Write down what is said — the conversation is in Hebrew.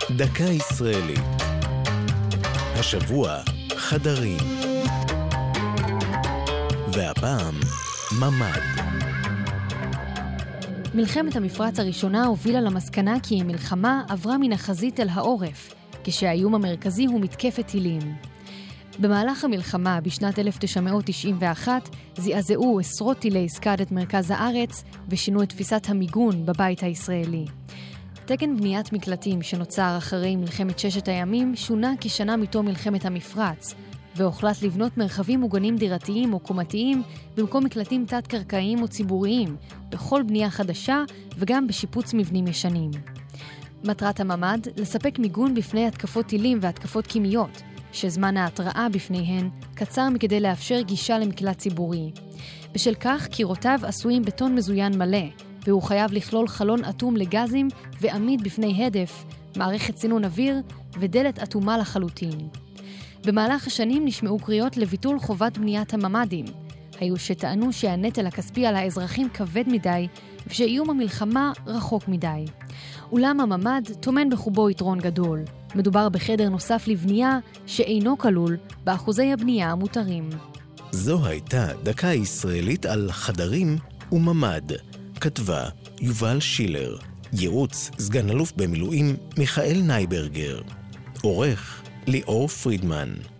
דקה ישראלית. השבוע חדרים. והפעם ממד. מלחמת המפרץ הראשונה הובילה למסקנה כי המלחמה עברה מן החזית אל העורף, כשהאיום המרכזי הוא מתקפת טילים. במהלך המלחמה בשנת 1991 זעזעו עשרות טילי סקאד את מרכז הארץ ושינו את תפיסת המיגון בבית הישראלי. תקן בניית מקלטים שנוצר אחרי מלחמת ששת הימים שונה כשנה מתום מלחמת המפרץ, והוחלט לבנות מרחבים מוגנים דירתיים או קומתיים במקום מקלטים תת-קרקעיים או ציבוריים, בכל בנייה חדשה וגם בשיפוץ מבנים ישנים. מטרת הממד לספק מיגון בפני התקפות טילים והתקפות קימיות, שזמן ההתראה בפניהן קצר מכדי לאפשר גישה למקלט ציבורי. בשל כך קירותיו עשויים בטון מזוין מלא, והוא חייב לכלול חלון אטום לגזים ועמיד בפני הדף, מערכת סינון אוויר ודלת אטומה לחלוטין. במהלך השנים נשמעו קריאות לביטול חובת בניית הממדים. היו שטענו שהנטל הכספי על האזרחים כבד מדי ושאיום המלחמה רחוק מדי. אולם הממד טומן בחובו יתרון גדול. מדובר בחדר נוסף לבנייה שאינו כלול באחוזי הבנייה המותרים. זו הייתה דקה ישראלית על חדרים וממד. כתבה יובל שילר. ייעוץ סגן אלוף במילואים מיכאל נייברגר. עורך ליאור פרידמן.